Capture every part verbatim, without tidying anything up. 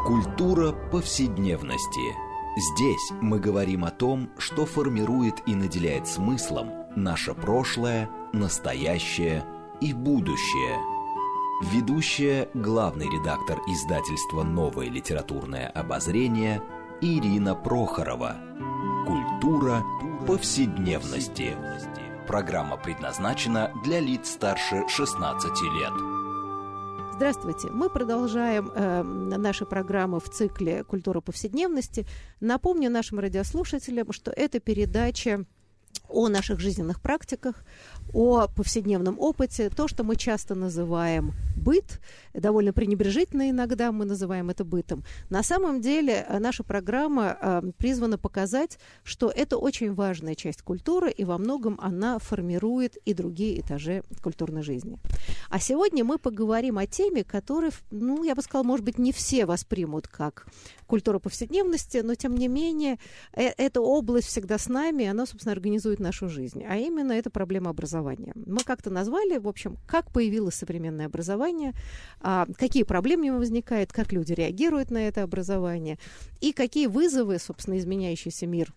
Культура повседневности. Здесь мы говорим о том, что формирует и наделяет смыслом наше прошлое, настоящее и будущее. Ведущая, главный редактор издательства «Новое литературное обозрение» Ирина Прохорова. Культура повседневности. Программа предназначена для лиц старше шестнадцати лет. Здравствуйте. Мы продолжаем э, наши программы в цикле «Культура повседневности». Напомню нашим радиослушателям, что это передача о наших жизненных практиках, о повседневном опыте, то, что мы часто называем быт, довольно пренебрежительно иногда мы называем это бытом. На самом деле наша программа э, призвана показать, что это очень важная часть культуры, и во многом она формирует и другие этажи культурной жизни. А сегодня мы поговорим о теме, которую, ну, я бы сказала, может быть, не все воспримут как культура повседневности, но, тем не менее, э- эта область всегда с нами, она, собственно, организует нашу жизнь. А именно, это проблема образования. Мы как-то назвали, в общем, как появилось современное образование, а, какие проблемы возникают, как люди реагируют на это образование, и какие вызовы, собственно, изменяющийся мир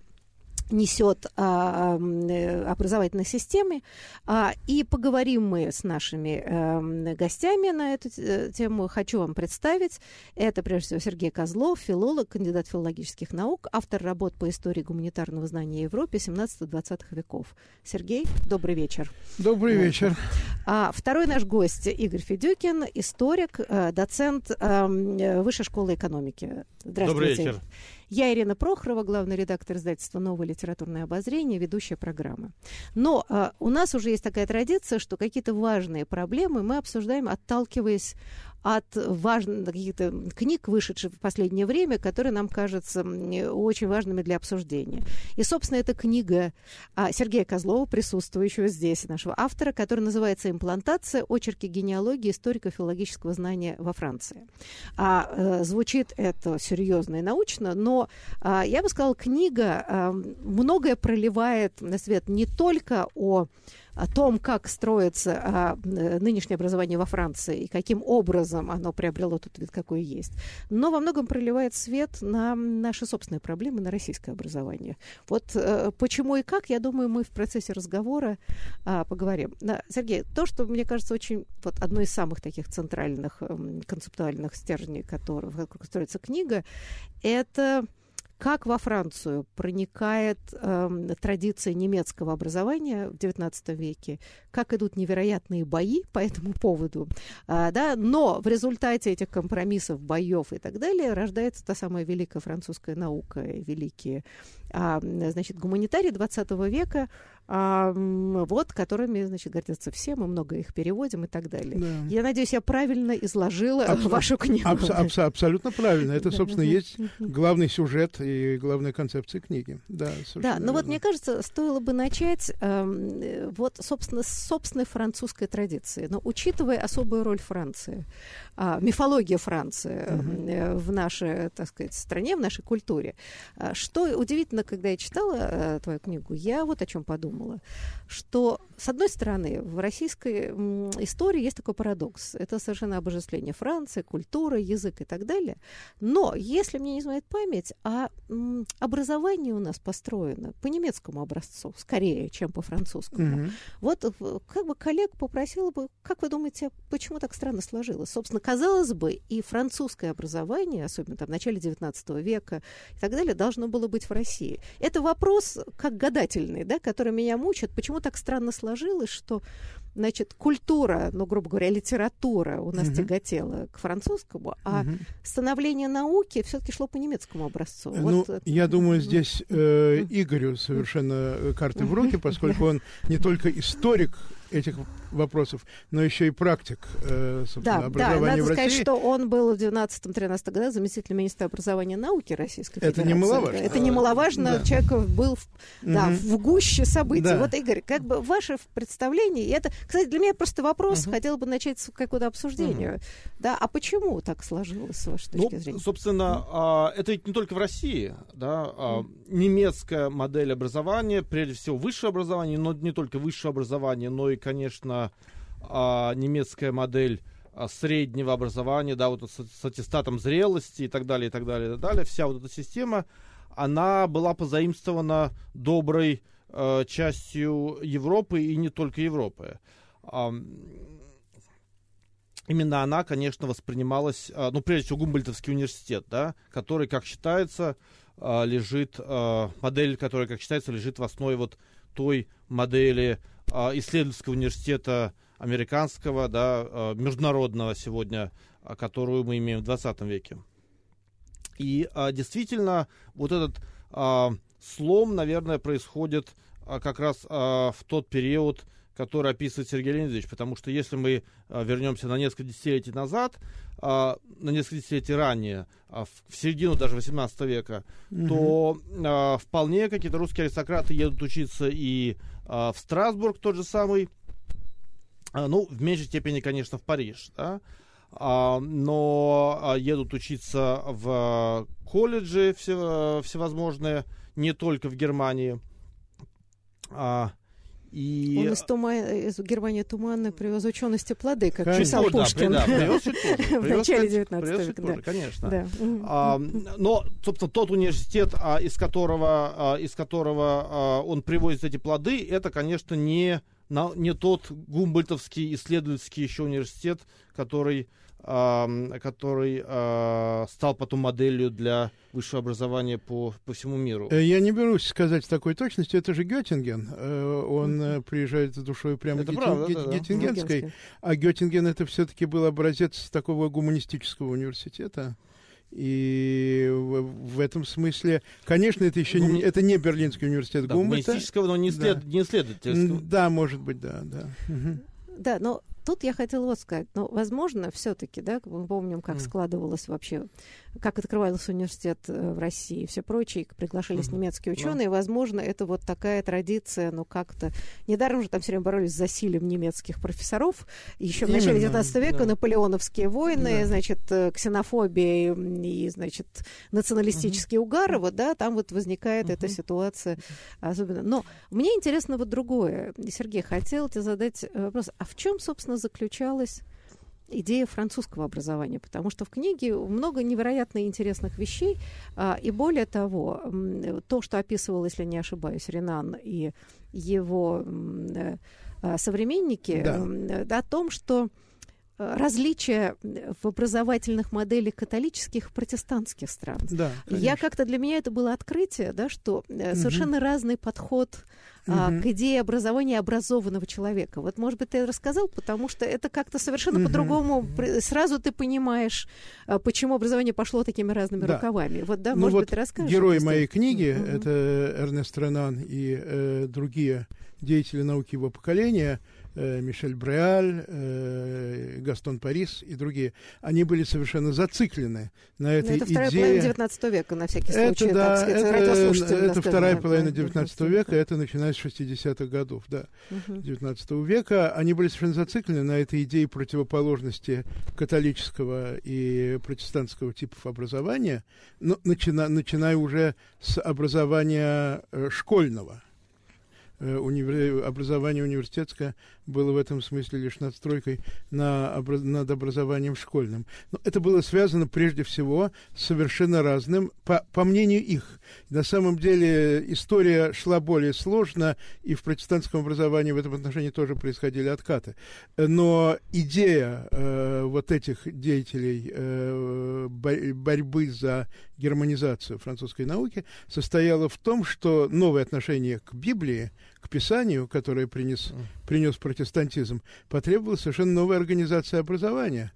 несет а, а, образовательной системе. А, и поговорим мы с нашими а, гостями на эту тему. Хочу вам представить. Это, прежде всего, Сергей Козлов, филолог, кандидат филологических наук, автор работ по истории гуманитарного знания Европы семнадцатого-двадцатого веков. Сергей, добрый вечер. Добрый вечер. А, второй наш гость Игорь Федюкин, историк, а, доцент а, Высшей школы экономики. Здравствуйте. Добрый вечер. Я Ирина Прохорова, главный редактор издательства «Новое литературное обозрение», ведущая программы. Но а, у нас уже есть такая традиция, что какие-то важные проблемы мы обсуждаем, отталкиваясь от важных каких-то книг, вышедших в последнее время, которые нам кажутся очень важными для обсуждения. И, собственно, эта книга а, Сергея Козлова, присутствующего здесь, нашего автора, которая называется «Имплантация. Очерки генеалогии историко-филологического знания во Франции». А, а, звучит это серьезно и научно, но, а, я бы сказала, книга а, многое проливает на свет не только о о том, как строится а, нынешнее образование во Франции и каким образом оно приобрело тот вид, какой есть, но во многом проливает свет на наши собственные проблемы, на российское образование. Вот а, почему и как, я думаю, мы в процессе разговора а, поговорим. Да, Сергей, то, что, мне кажется, очень вот одно из самых таких центральных м, концептуальных стержней, которых, вокруг строится книга, это как во Францию проникает э, традиция немецкого образования в девятнадцатом веке, как идут невероятные бои по этому поводу, а, да, но в результате этих компромиссов, боев и так далее рождается та самая великая французская наука, великие а, значит, гуманитарии двадцатого века, а, вот, которыми, значит, гордятся все, мы много их переводим и так далее. Да. Я надеюсь, я правильно изложила аб- вашу книгу. Аб- аб- абсолютно правильно. Это, собственно, есть главный сюжет и главная концепция книги. Да, да, но вот мне кажется, стоило бы начать э, вот, собственно, с собственной французской традиции. Но учитывая особую роль Франции, э, мифология Франции э, в нашей, так сказать, стране, в нашей культуре, э, что удивительно, когда я читала э, твою книгу, я вот о чем подумала. Что, с одной стороны, в российской м, истории есть такой парадокс. Это совершенно обожествление Франции, культура, язык и так далее. Но, если мне не изменяет память, а м, образование у нас построено по немецкому образцу, скорее, чем по французскому. Mm-hmm. Вот как бы коллег попросила бы, как вы думаете, почему так странно сложилось? Собственно, казалось бы, и французское образование, особенно там в начале девятнадцатого века и так далее, должно было быть в России. Это вопрос как гадательный, да, который меня мучает, почему так странно сложилось, что, значит, культура, ну, грубо говоря, литература у нас uh-huh. тяготела к французскому, а uh-huh. становление науки все-таки шло по немецкому образцу. Ну, вот. Я думаю, здесь э, Игорю совершенно карты в руки, поскольку он не только историк этих вопросов, но еще и практик э, да, образования да, надо в сказать, России. что он был в двенадцатом-тринадцатом годах заместителем министра образования и науки Российской Федерации. Это немаловажно. Это немаловажно, да. Человек был в, да, угу. в гуще событий. Да. Вот, Игорь, как бы ваше представление, и это, кстати, для меня просто вопрос, угу. хотела бы начать с какого-то обсуждения. Угу. Да, а почему так сложилось, с вашей точки ну, зрения? Собственно, а, это ведь не только в России. Да, а, угу. Немецкая модель образования, прежде всего высшее образование, но не только высшее образование, но и, конечно, немецкая модель а, среднего образования, да, вот с, с аттестатом зрелости и так далее, и так далее, и так далее. Вся вот эта система, она была позаимствована доброй э, частью Европы и не только Европы. А, именно она, конечно, воспринималась, а, ну, прежде всего, Гумбольдтовский университет, да, который, как считается, а, лежит, а, модель, которая, как считается, лежит в основе вот той модели а, исследовательского университета американского, да, а, международного сегодня, а, которую мы имеем в двадцатом веке. И а, действительно, вот этот а, слом, наверное, происходит а, как раз а, в тот период, который описывает Сергей Леонидович, потому что если мы а, вернемся на несколько десятилетий назад, а, на несколько десятилетий ранее, а, в, в середину даже восемнадцатого века, mm-hmm. то а, вполне какие-то русские аристократы едут учиться и а, в Страсбург тот же самый, а, ну, в меньшей степени, конечно, в Париж, да? А, но а, едут учиться в колледжи все, всевозможные, не только в Германии. А, и... Он из, тума... из Германии туманно привез учености плоды, как конечно, писал Пушкин. Да, привез чуть позже. В начале девятнадцатого века, да. Конечно. Да. А, но, собственно, тот университет, а, из которого, а, из которого а, он привозит эти плоды, это, конечно, не, на, не тот гумбольдтовский исследовательский еще университет, который... Uh, который uh, стал потом моделью для высшего образования по, по всему миру. Я не берусь сказать с такой точностью, это же Геттинген. Uh, он uh, приезжает с душой прямо это геттин, правда, гет, да, да. геттингенской, а Геттинген это все-таки был образец такого гуманистического университета. И в, в этом смысле, конечно, это еще Гум... не, это не Берлинский университет да, Гумбольдта. Гуманистического, но не, след, да. не исследовательского. Да, может быть, да. Да, угу. Да, но тут я хотела вот сказать, ну, возможно, все-таки, да, мы помним, как mm. складывалось вообще, как открывался университет в России и все прочее, приглашались mm-hmm. немецкие ученые, yeah. возможно, это вот такая традиция, ну, как-то... Недаром же там все время боролись с засилием немецких профессоров, еще в Именно, начале девятнадцатого века да. наполеоновские войны, да. значит, ксенофобия и, значит, националистические mm-hmm. угары, вот, да, там вот возникает mm-hmm. эта ситуация особенно. Но мне интересно вот другое. Сергей, хотел тебе задать вопрос, а в чем, собственно, заключалась идея французского образования, потому что в книге много невероятно интересных вещей, а, и более того, то, что описывал, если не ошибаюсь, Ренан и его а, современники, да. а, о том, что различия в образовательных моделях католических и протестантских стран. Да, Я как-то для меня это было открытие, да, что угу. совершенно разный подход а, угу. к идее образования образованного человека. Вот, может быть, ты рассказал, потому что это как-то совершенно угу. по-другому. Сразу ты понимаешь, почему образование пошло такими разными да. рукавами. Вот, да, ну может вот быть, ты расскажешь. Герои моей книги, угу. это Эрнест Ренан и э, другие деятели науки его поколения, Мишель Бреаль, э, Гастон Парис и другие, они были совершенно зациклены на этой идее. Это вторая половина девятнадцатого века, на всякий случай. Это, да, так сказать, это, это вторая да, половина да, девятнадцатого века, это начиная с шестидесятых годов, да, угу. девятнадцатого века. Они были совершенно зациклены на этой идее противоположности католического и протестантского типов образования, но начина, начиная уже с образования э, школьного. Универ... Образование университетское было в этом смысле лишь надстройкой на обра... над образованием школьным. Но это было связано прежде всего с совершенно разным, по, по мнению их. На самом деле история шла более сложно, и в протестантском образовании в этом отношении тоже происходили откаты. Но идея э, вот этих деятелей э, бо- борьбы за германизацию французской науки состояла в том, что новое отношение к Библии, к Писанию, которое принес, принес протестантизм, потребовала совершенно новая организация образования.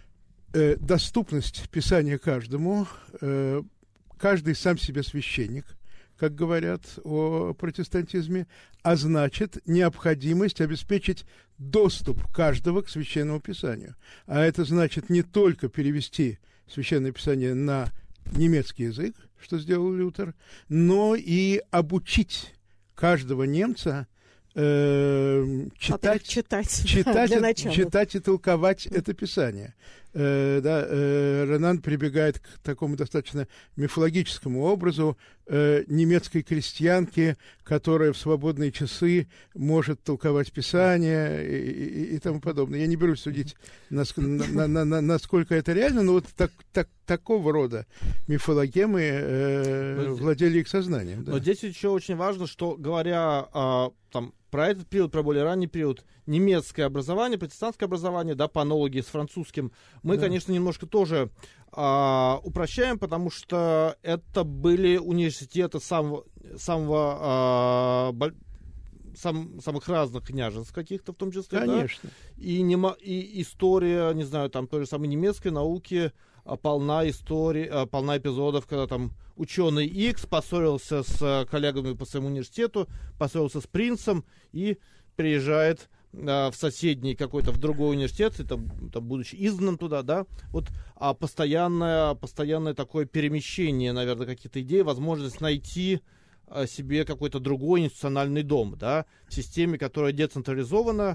Э, доступность Писания каждому, э, каждый сам себе священник, как говорят о протестантизме, а значит, необходимость обеспечить доступ каждого к Священному Писанию. А это значит не только перевести Священное Писание на немецкий язык, что сделал Лютер, но и обучить каждого немца э, читать, читать, читать, да, и, читать и толковать mm. это Писание. э, да, э, Ренан прибегает к такому достаточно мифологическому образу э, немецкой крестьянки, которая в свободные часы может толковать Писание и, и, и тому подобное. Я не берусь судить, насколько, на, на, на, насколько это реально, но вот так, так, такого рода мифологемы э, владели их сознанием. Да. Но здесь еще очень важно, что, говоря а, там, про этот период, про более ранний период, немецкое образование, протестантское образование, да, по аналогии с французским, мы, да. конечно, немножко тоже а, упрощаем, потому что это были университеты самого, самого а, боль... Сам, самых разных княжеств каких-то в том числе. Конечно. Да? И, нема, и история, не знаю, там той же самой немецкой науки а, полна истории, а, полна эпизодов, когда там ученый X поссорился с коллегами по своему университету, поссорился с принцем и приезжает а, в соседний какой-то, в другой университет, и, там, там, будучи изгнан туда, да, вот а постоянное, постоянное такое перемещение, наверное, каких-то идей, возможность найти себе какой-то другой институциональный дом, да, в системе, которая децентрализована,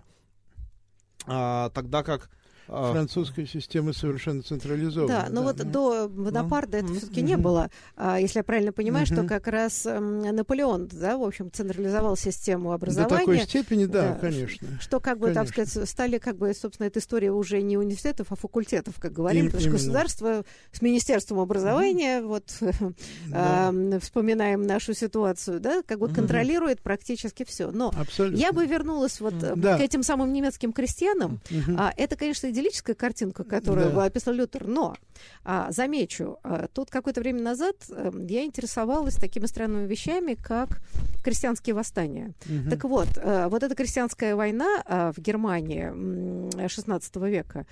а, тогда как... Французская система совершенно централизована. Да, но да, вот ну, до Бонапарта ну, это все-таки угу. не было. А, если я правильно понимаю, угу. что как раз м, Наполеон, да, в общем, централизовал систему образования. До такой степени, да, да конечно. Что, как бы, конечно. так сказать, стали, как бы, собственно, эта история уже не университетов, а факультетов, как говорим, Им, потому что государство с Министерством образования, угу. вот, да. э, вспоминаем нашу ситуацию, да, как бы угу. контролирует практически все. Но Абсолютно. Я бы вернулась вот да. к этим самым немецким крестьянам. Угу. А, это, конечно, идиллическая картинка, которую да. описал Лютер, но, а, замечу, а, тут какое-то время назад а, я интересовалась такими странными вещами, как крестьянские восстания. Угу. Так вот, а, вот эта крестьянская война а, в Германии шестнадцатого века,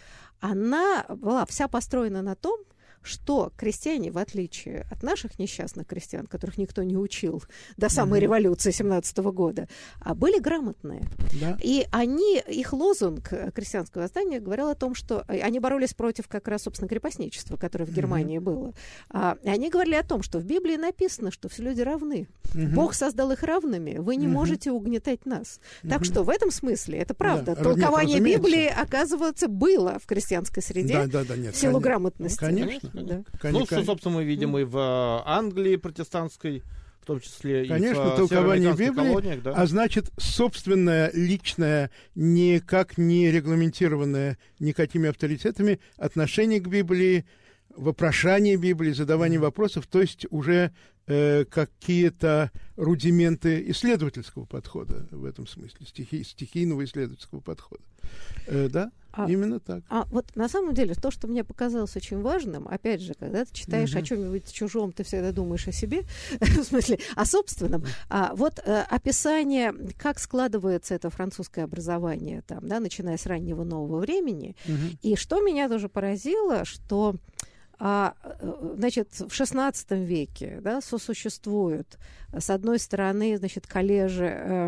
она была вся построена на том, что крестьяне, в отличие от наших несчастных крестьян, которых никто не учил до самой mm-hmm. революции семнадцатого года, были грамотные. Да. И они, их лозунг крестьянского восстания говорил о том, что они боролись против как раз, собственно, крепостничества, которое в Германии mm-hmm. было. А, и они говорили о том, что в Библии написано, что все люди равны. Mm-hmm. Бог создал их равными, вы не mm-hmm. можете угнетать нас. Mm-hmm. Так что в этом смысле, это правда, да. толкование нет, Библии, оказывается, было в крестьянской среде да, да, да, нет, в силу конечно. грамотности. Конечно. Да. Ну, что, собственно, мы видим и в Англии протестантской, в том числе Конечно, и в толкование Библии, колониях, да? А значит, собственное, личное, никак не регламентированное никакими авторитетами отношение к Библии, вопрошание Библии, задавание вопросов, то есть уже э, какие-то рудименты исследовательского подхода в этом смысле, стихи, стихийного исследовательского подхода. Э, да? А, Именно так. А вот на самом деле то, что мне показалось очень важным, опять же, когда ты читаешь угу. о чем-нибудь чужом, ты всегда думаешь о себе, в смысле, о собственном. А вот э, описание, как складывается это французское образование, там, да, начиная с раннего нового времени. Угу. И что меня тоже поразило, что А, значит, в шестнадцатом веке, да, сосуществуют, с одной стороны, значит, коллежи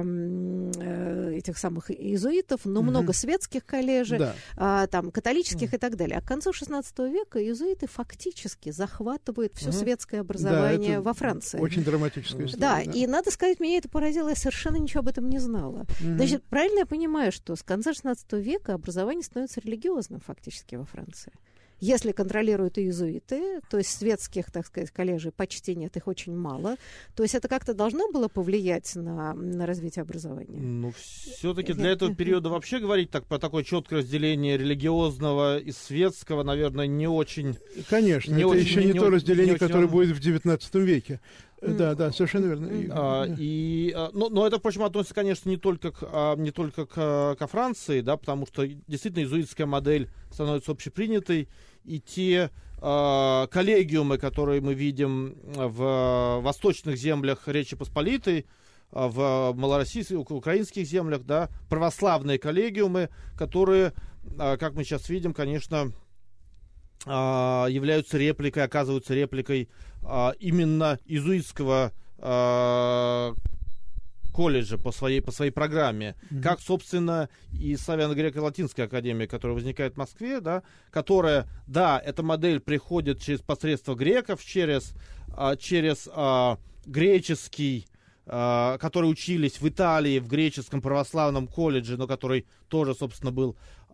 э, э, этих самых иезуитов, но угу. много светских коллежей, да. а, там, католических угу. и так далее. А к концу шестнадцатого века иезуиты фактически захватывают все угу. светское образование да, во Франции. Очень драматическая история. Да, да, и надо сказать, меня это поразило, я совершенно ничего об этом не знала. Угу. Значит, правильно я понимаю, что с конца шестнадцатого века образование становится религиозным фактически во Франции? Если контролируют иезуиты, то есть светских, так сказать, коллежей почти нет, их очень мало. То есть это как-то должно было повлиять на, на развитие образования? Ну, все-таки для этого периода вообще говорить так, про такое четкое разделение религиозного и светского, наверное, не очень... Конечно, не это очень, еще не, не то разделение, не которое очень... будет в девятнадцатом веке. Да, да, совершенно верно. А, и, а, но, но это, впрочем, относится, конечно, не только, к, а, не только к, ко Франции, да, потому что действительно иезуитская модель становится общепринятой, и те а, коллегиумы, которые мы видим в восточных землях Речи Посполитой, в малороссийских, украинских землях, да, православные коллегиумы, которые, а, как мы сейчас видим, конечно, а, являются репликой, оказываются репликой а, именно иезуитского а, колледжа по своей, по своей программе, mm-hmm. как, собственно, и славяно-греко-латинская академия, которая возникает в Москве, да, которая, да, эта модель приходит через посредство греков, через, а, через а, греческий, а, которые учились в Италии, в греческом православном колледже, но который тоже, собственно, был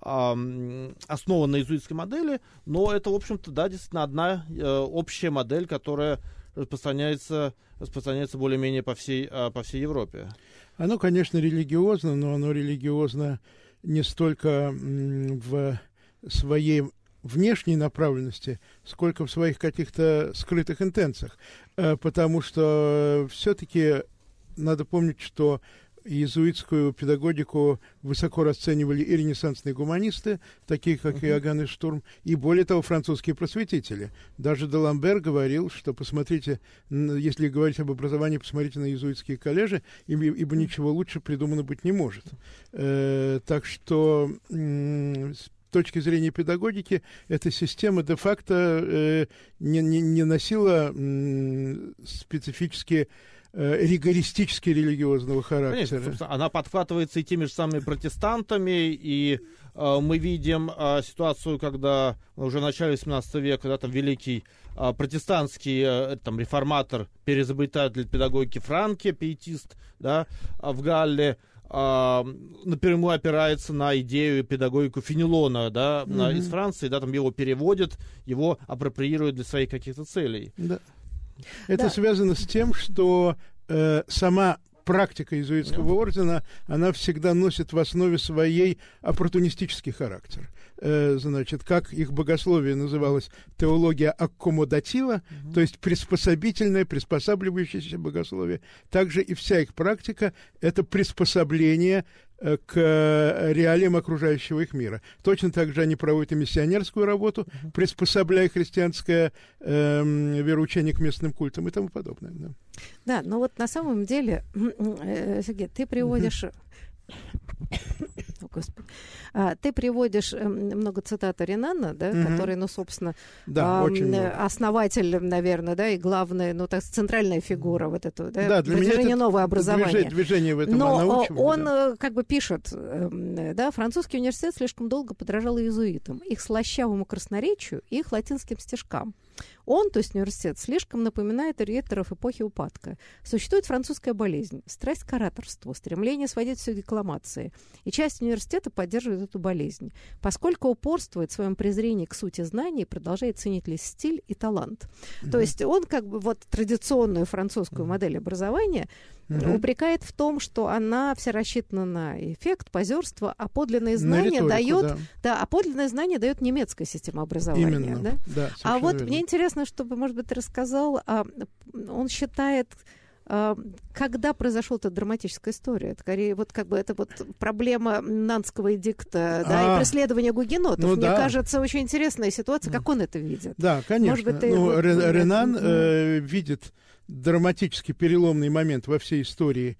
основан на иезуитской модели, но это, в общем-то, да, действительно одна э, общая модель, которая распространяется, распространяется более-менее по всей, э, по всей Европе. Оно, конечно, религиозно, но оно религиозно не столько м, в своей внешней направленности, сколько в своих каких-то скрытых интенциях. Э, потому что все-таки надо помнить, что иезуитскую педагогику высоко расценивали и ренессансные гуманисты, такие как uh-huh. Иоганн Штурм, и более того, французские просветители. Даже Даламбер говорил, что посмотрите, если говорить об образовании, посмотрите на иезуитские колледжи, ибо ничего лучше придумано быть не может. Э, так что м- с точки зрения педагогики эта система де-факто э, не, не, не носила м- специфические ригористически религиозного характера. Конечно, она подхватывается и теми же самыми протестантами, и э, мы видим э, ситуацию, когда уже в начале восемнадцатого века, да, там великий э, протестантский э, там, реформатор, переизобретатель педагогики Франке, пиетист, да, в Галле, э, напрямую опирается на идею и педагогику Фенелона, да, mm-hmm. на, из Франции, да, там его переводят, его апроприируют для своих каких-то целей. Да. Это да. связано с тем, что э, сама практика иезуитского ордена, она всегда носит в основе своей оппортунистический характер. Э, значит, как их богословие называлось, теология аккомодатива, угу. то есть приспособительное, приспосабливающееся богословие. Также и вся их практика — это приспособление к реалиям окружающего их мира. Точно так же они проводят и миссионерскую работу, uh-huh. приспособляя христианское э, вероучение к местным культам и тому подобное. Да, да, но вот на самом деле, Сергей, ты приводишь... Uh-huh. О, Господи. А, ты приводишь э, много цитат Ренана, да, mm-hmm. который, ну, собственно, да, э, основатель, наверное, да, и главная, ну, так, центральная фигура вот этого, да, да, для продвижения нового образования. Движение, движение в этом Но научивание, он да. как бы пишет, э, да, французский университет слишком долго подражал иезуитам, их слащавому красноречию и их латинским стишкам. Он, то есть университет, слишком напоминает риторов эпохи упадка. Существует французская болезнь, страсть к ораторству, стремление сводить все к декламации. И часть университета поддерживает эту болезнь, поскольку упорствует в своем презрении к сути знаний и продолжает ценить лишь стиль и талант. Mm-hmm. То есть он как бы вот традиционную французскую mm-hmm. модель образования mm-hmm. упрекает в том, что она вся рассчитана на эффект, позерство, а подлинные знания дает, да. Да, а подлинные знания дает немецкая система образования. Именно. Да? Да, а вот верно. Мне интересно, чтобы, может быть, ты рассказал, а, он считает, а, когда произошла эта драматическая история? Это, скорее, вот как бы это вот проблема Нанского эдикта, да, а, и преследования гугенотов. Ну, Мне да. кажется, очень интересная ситуация, как он это видит. Да, конечно. Может быть, ты ну, вот, Ренан да, э, видит драматический переломный момент во всей истории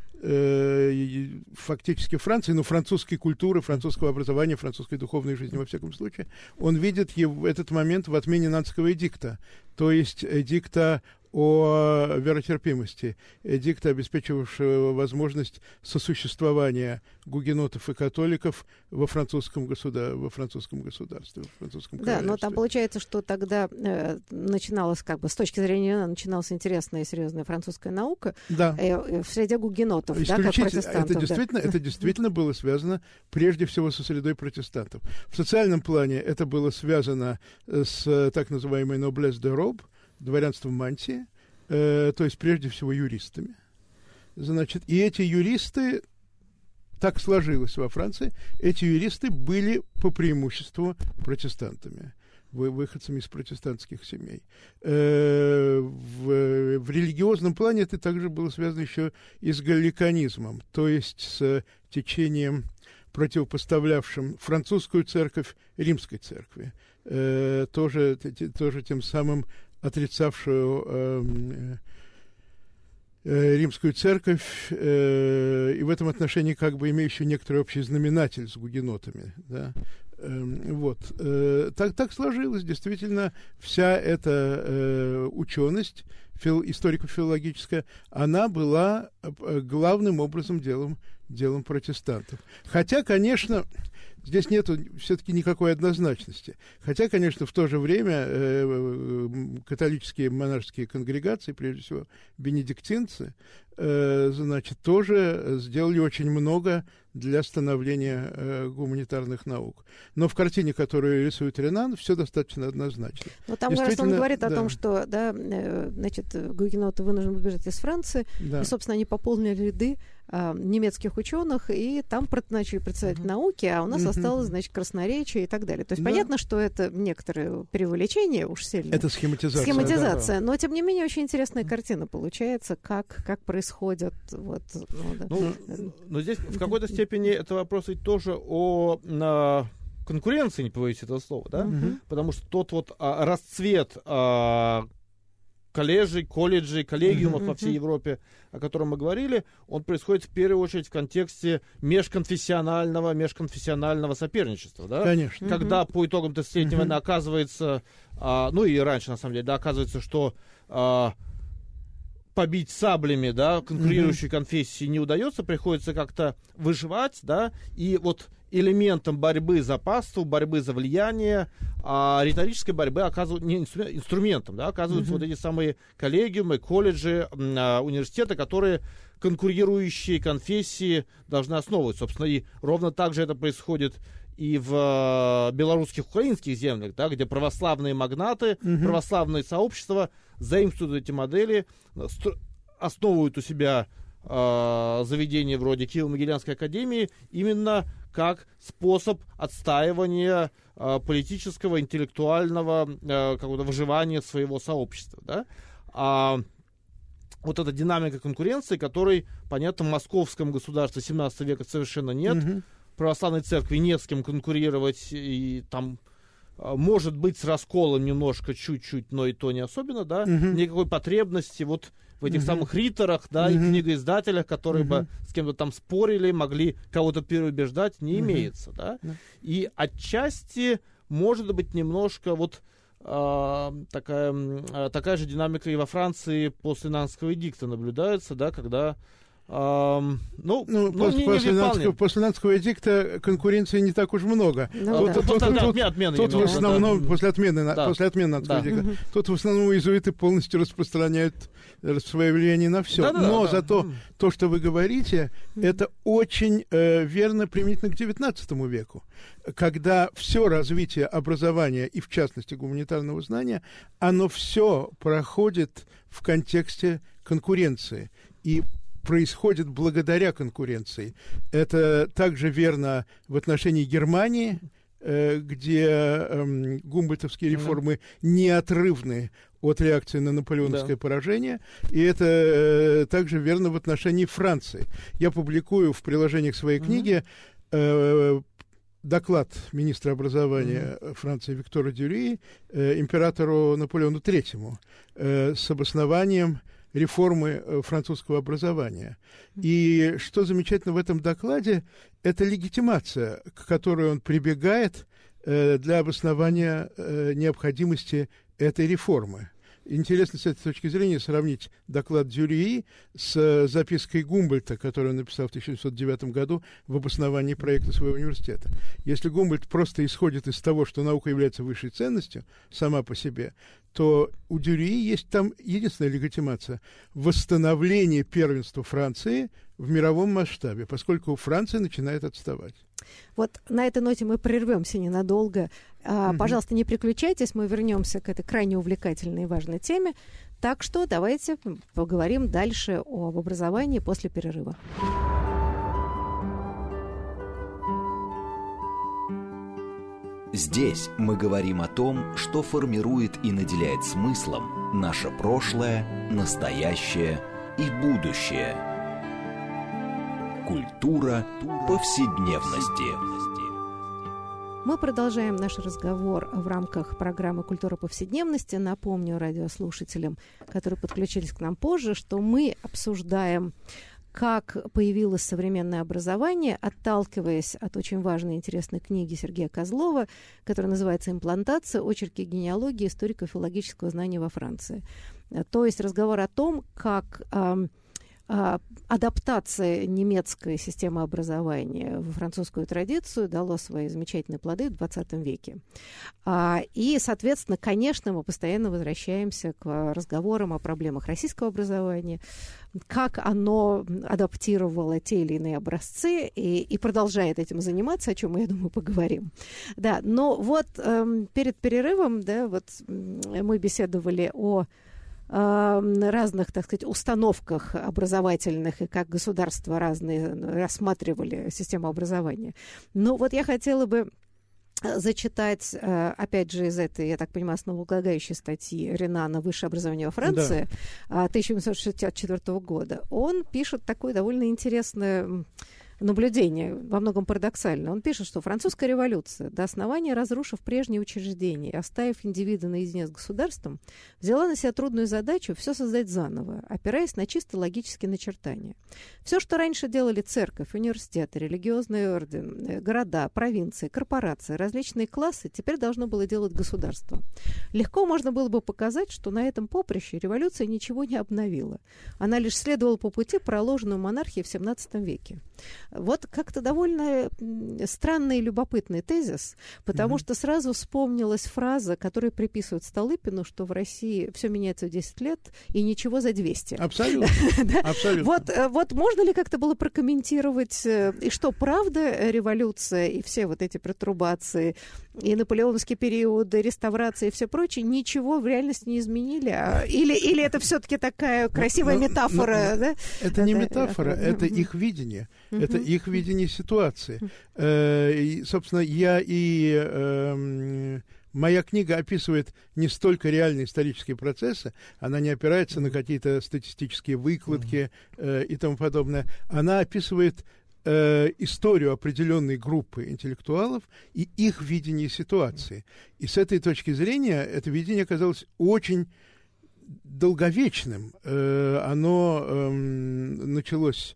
э, фактически Франции, ну, французской культуры, французского образования, французской духовной жизни, во всяком случае. Он видит его, этот момент в отмене Нанского эдикта, то есть эдикта о веротерпимости, эдикта, обеспечивавшего возможность сосуществования гугенотов и католиков во французском, государ... во французском государстве, во французском Да, но там получается, что тогда э, начиналась, как бы, с точки зрения, начиналась интересная и серьезная французская наука да. э, в среде гугенотов, да, как протестантов. Это действительно, да. это действительно было связано прежде всего со средой протестантов. В социальном плане это было связано с так называемой noblesse de robe, дворянством мантии, э, то есть прежде всего юристами. Значит, и эти юристы, так сложилось во Франции, эти юристы были по преимуществу протестантами, выходцами из протестантских семей. Э, в, в религиозном плане это также было связано еще и с галликанизмом, то есть с течением, противопоставлявшим французскую церковь римской церкви, э, тоже, тоже тем самым отрицавшую э, э, римскую церковь э, и в этом отношении как бы имеющую некоторый общий знаменатель с гугенотами. Да? Э, вот. Э, так, так сложилось. Действительно, вся эта э, ученость фил, историко-филологическая, она была главным образом делом, делом протестантов. Хотя, конечно, здесь нет все-таки никакой однозначности. Хотя, конечно, в то же время э, католические монашеские конгрегации, прежде всего бенедиктинцы, э, значит, тоже сделали очень много для становления э, гуманитарных наук. Но в картине, которую рисует Ренан, все достаточно однозначно. Но там как раз он говорит о да. том, что да, э, значит, гугеноты вынуждены бежать из Франции, да. и, собственно, они пополнили ряды а, немецких ученых, и там начали представлять uh-huh. науки, а у нас uh-huh. осталось, значит, красноречие и так далее. То есть да. понятно, что это некоторое преувеличение уж сильно. Это схематизация. Схематизация. Да. Но, тем не менее, очень интересная картина получается, как, как происходит... Вот, ну, да. ну, но здесь в какой-то степени это вопрос ведь тоже о... На... конкуренции, не побоюсь этого слова, да, uh-huh. потому что тот вот а, расцвет а, колледжей, колледжей, коллегиумов uh-huh. по всей Европе, о котором мы говорили, он происходит в первую очередь в контексте межконфессионального, межконфессионального соперничества, да, конечно. Когда uh-huh. по итогам тридцатилетней войны uh-huh. оказывается, а, ну и раньше на самом деле, да, оказывается, что а, побить саблями, да, конкурирующие uh-huh. конфессии не удается, приходится как-то выживать, да, и вот элементом борьбы за паству, борьбы за влияние, а риторической борьбы оказывают, не инструментом, да, оказываются uh-huh. вот эти самые коллегиумы, колледжи, а, университеты, которые конкурирующие конфессии должны основывать. Собственно, и ровно так же это происходит и в белорусских, украинских землях, да, где православные магнаты, uh-huh. православные сообщества заимствуют эти модели, основывают у себя э, заведения вроде Киево-Могилянской академии именно как способ отстаивания э, политического, интеллектуального э, какого-то выживания своего сообщества. Да? А вот эта динамика конкуренции, которой, понятно, в московском государстве семнадцатого века совершенно нет, uh-huh. православной церкви не с кем конкурировать, и там, может быть, с расколом немножко, чуть-чуть, но и то не особенно, да, uh-huh. никакой потребности вот в этих uh-huh. самых риторах, да, uh-huh. и книгоиздателях, которые uh-huh. бы с кем-то там спорили, могли кого-то переубеждать, не uh-huh. имеется, да. Uh-huh. И отчасти, может быть, немножко вот э, такая, э, такая же динамика и во Франции после Нанского эдикта наблюдается, да, когда Um, ну, ну, ну после, не, после, не Нанского, после Нанского эдикта конкуренции не так уж много. Ну, тут, да. тут, тут, тут, отмены, тут в основном, да. после отмены, да. после отмены Нанского да. эдикта, тут в основном иезуиты полностью распространяют свое влияние на все. Да, да, Но да, зато да. то, что вы говорите, это очень э, верно применительно к девятнадцатому веку, когда все развитие образования, и в частности гуманитарного знания, оно все проходит в контексте конкуренции. И происходит благодаря конкуренции. Это также верно в отношении Германии, э, где э, гумбольдтовские реформы mm-hmm. неотрывны от реакции на наполеоновское да. поражение. И это э, также верно в отношении Франции. Я публикую в приложении к своей mm-hmm. книге э, доклад министра образования mm-hmm. Франции Виктора Дюрии э, императору Наполеону Третьему э, с обоснованием реформы французского образования. И что замечательно в этом докладе, это легитимация, к которой он прибегает э, для обоснования э, необходимости этой реформы. Интересно с этой точки зрения сравнить доклад Дюрии с запиской Гумбольдта, которую он написал в тысяча девятьсот девятом году в обосновании проекта своего университета. Если Гумбольдт просто исходит из того, что наука является высшей ценностью сама по себе, то у Дюрии есть там единственная легитимация – восстановление первенства Франции в мировом масштабе, поскольку Франция начинает отставать. Вот на этой ноте мы прервемся ненадолго. А, угу. Пожалуйста, не переключайтесь, мы вернемся к этой крайне увлекательной и важной теме. Так что давайте поговорим дальше об образовании после перерыва. Здесь мы говорим о том, что формирует и наделяет смыслом наше прошлое, настоящее и будущее. Культура повседневности. Мы продолжаем наш разговор в рамках программы «Культура повседневности». Напомню радиослушателям, которые подключились к нам позже, что мы обсуждаем, как появилось современное образование, отталкиваясь от очень важной и интересной книги Сергея Козлова, которая называется «Имплантация. Очерки генеалогии историко-филологического знания во Франции». То есть разговор о том, как э, адаптация немецкой системы образования в французскую традицию дало свои замечательные плоды в двадцатом веке. И, соответственно, конечно, мы постоянно возвращаемся к разговорам о проблемах российского образования, как оно адаптировало те или иные образцы и, и продолжает этим заниматься, о чем мы, я думаю, поговорим. Да, но вот эм, перед перерывом, да, вот мы беседовали о разных, так сказать, установках образовательных и как государства разные рассматривали систему образования. Но вот я хотела бы зачитать, опять же, из этой, я так понимаю, основополагающей статьи Ренана «Высшее образование во Франции» да. тысяча восемьсот шестьдесят четвёртого года. Он пишет такое довольно интересное наблюдение, во многом парадоксально. Он пишет, что французская революция, до основания разрушив прежние учреждения и оставив индивида наедине с государством, взяла на себя трудную задачу все создать заново, опираясь на чисто логические начертания. Все, что раньше делали церковь, университеты, религиозный орден, города, провинции, корпорации, различные классы, теперь должно было делать государство. Легко можно было бы показать, что на этом поприще революция ничего не обновила. Она лишь следовала по пути, проложенному монархией в семнадцатом веке. Вот как-то довольно странный и любопытный тезис, потому mm-hmm. что сразу вспомнилась фраза, которую приписывают Столыпину, что в России все меняется в десять лет и ничего за двести. Абсолютно. Абсолютно. Вот, вот можно ли как-то было прокомментировать, и что правда революция и все вот эти пертурбации, и наполеоновский период, и реставрация и все прочее ничего в реальности не изменили? А, или, или это все-таки такая красивая но, метафора? Но, да? Это не метафора, это их видение. Это их видение ситуации. Э, и, собственно, я и э, моя книга описывает не столько реальные исторические процессы, она не опирается на какие-то статистические выкладки э, и тому подобное. Она описывает э, историю определенной группы интеллектуалов и их видение ситуации. И с этой точки зрения это видение оказалось очень долговечным. Э, оно э, началось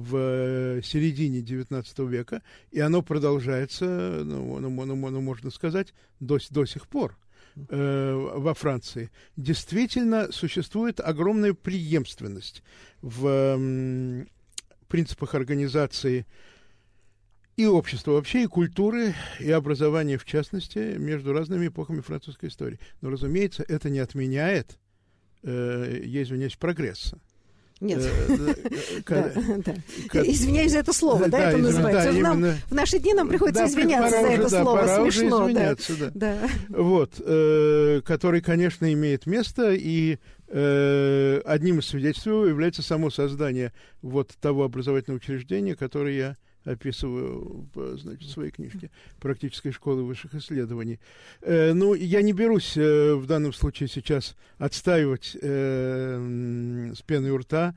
в середине девятнадцатого века, и оно продолжается, ну, ну, ну, ну можно сказать, до, до сих пор э, во Франции. Действительно, существует огромная преемственность в э, принципах организации и общества вообще, и культуры, и образования в частности, между разными эпохами французской истории. Но, разумеется, это не отменяет, э, я извиняюсь, прогресса. Нет. Извиняюсь за это слово, да, это называется. В наши дни нам приходится извиняться за это слово. Смешно. Да. Вот. Который, конечно, имеет место, и одним из свидетельств является само создание вот того образовательного учреждения, которое я описываю, значит, в своей книжке «Практической школы высших исследований». Э, ну, я не берусь э, в данном случае сейчас отстаивать э, с пеной у рта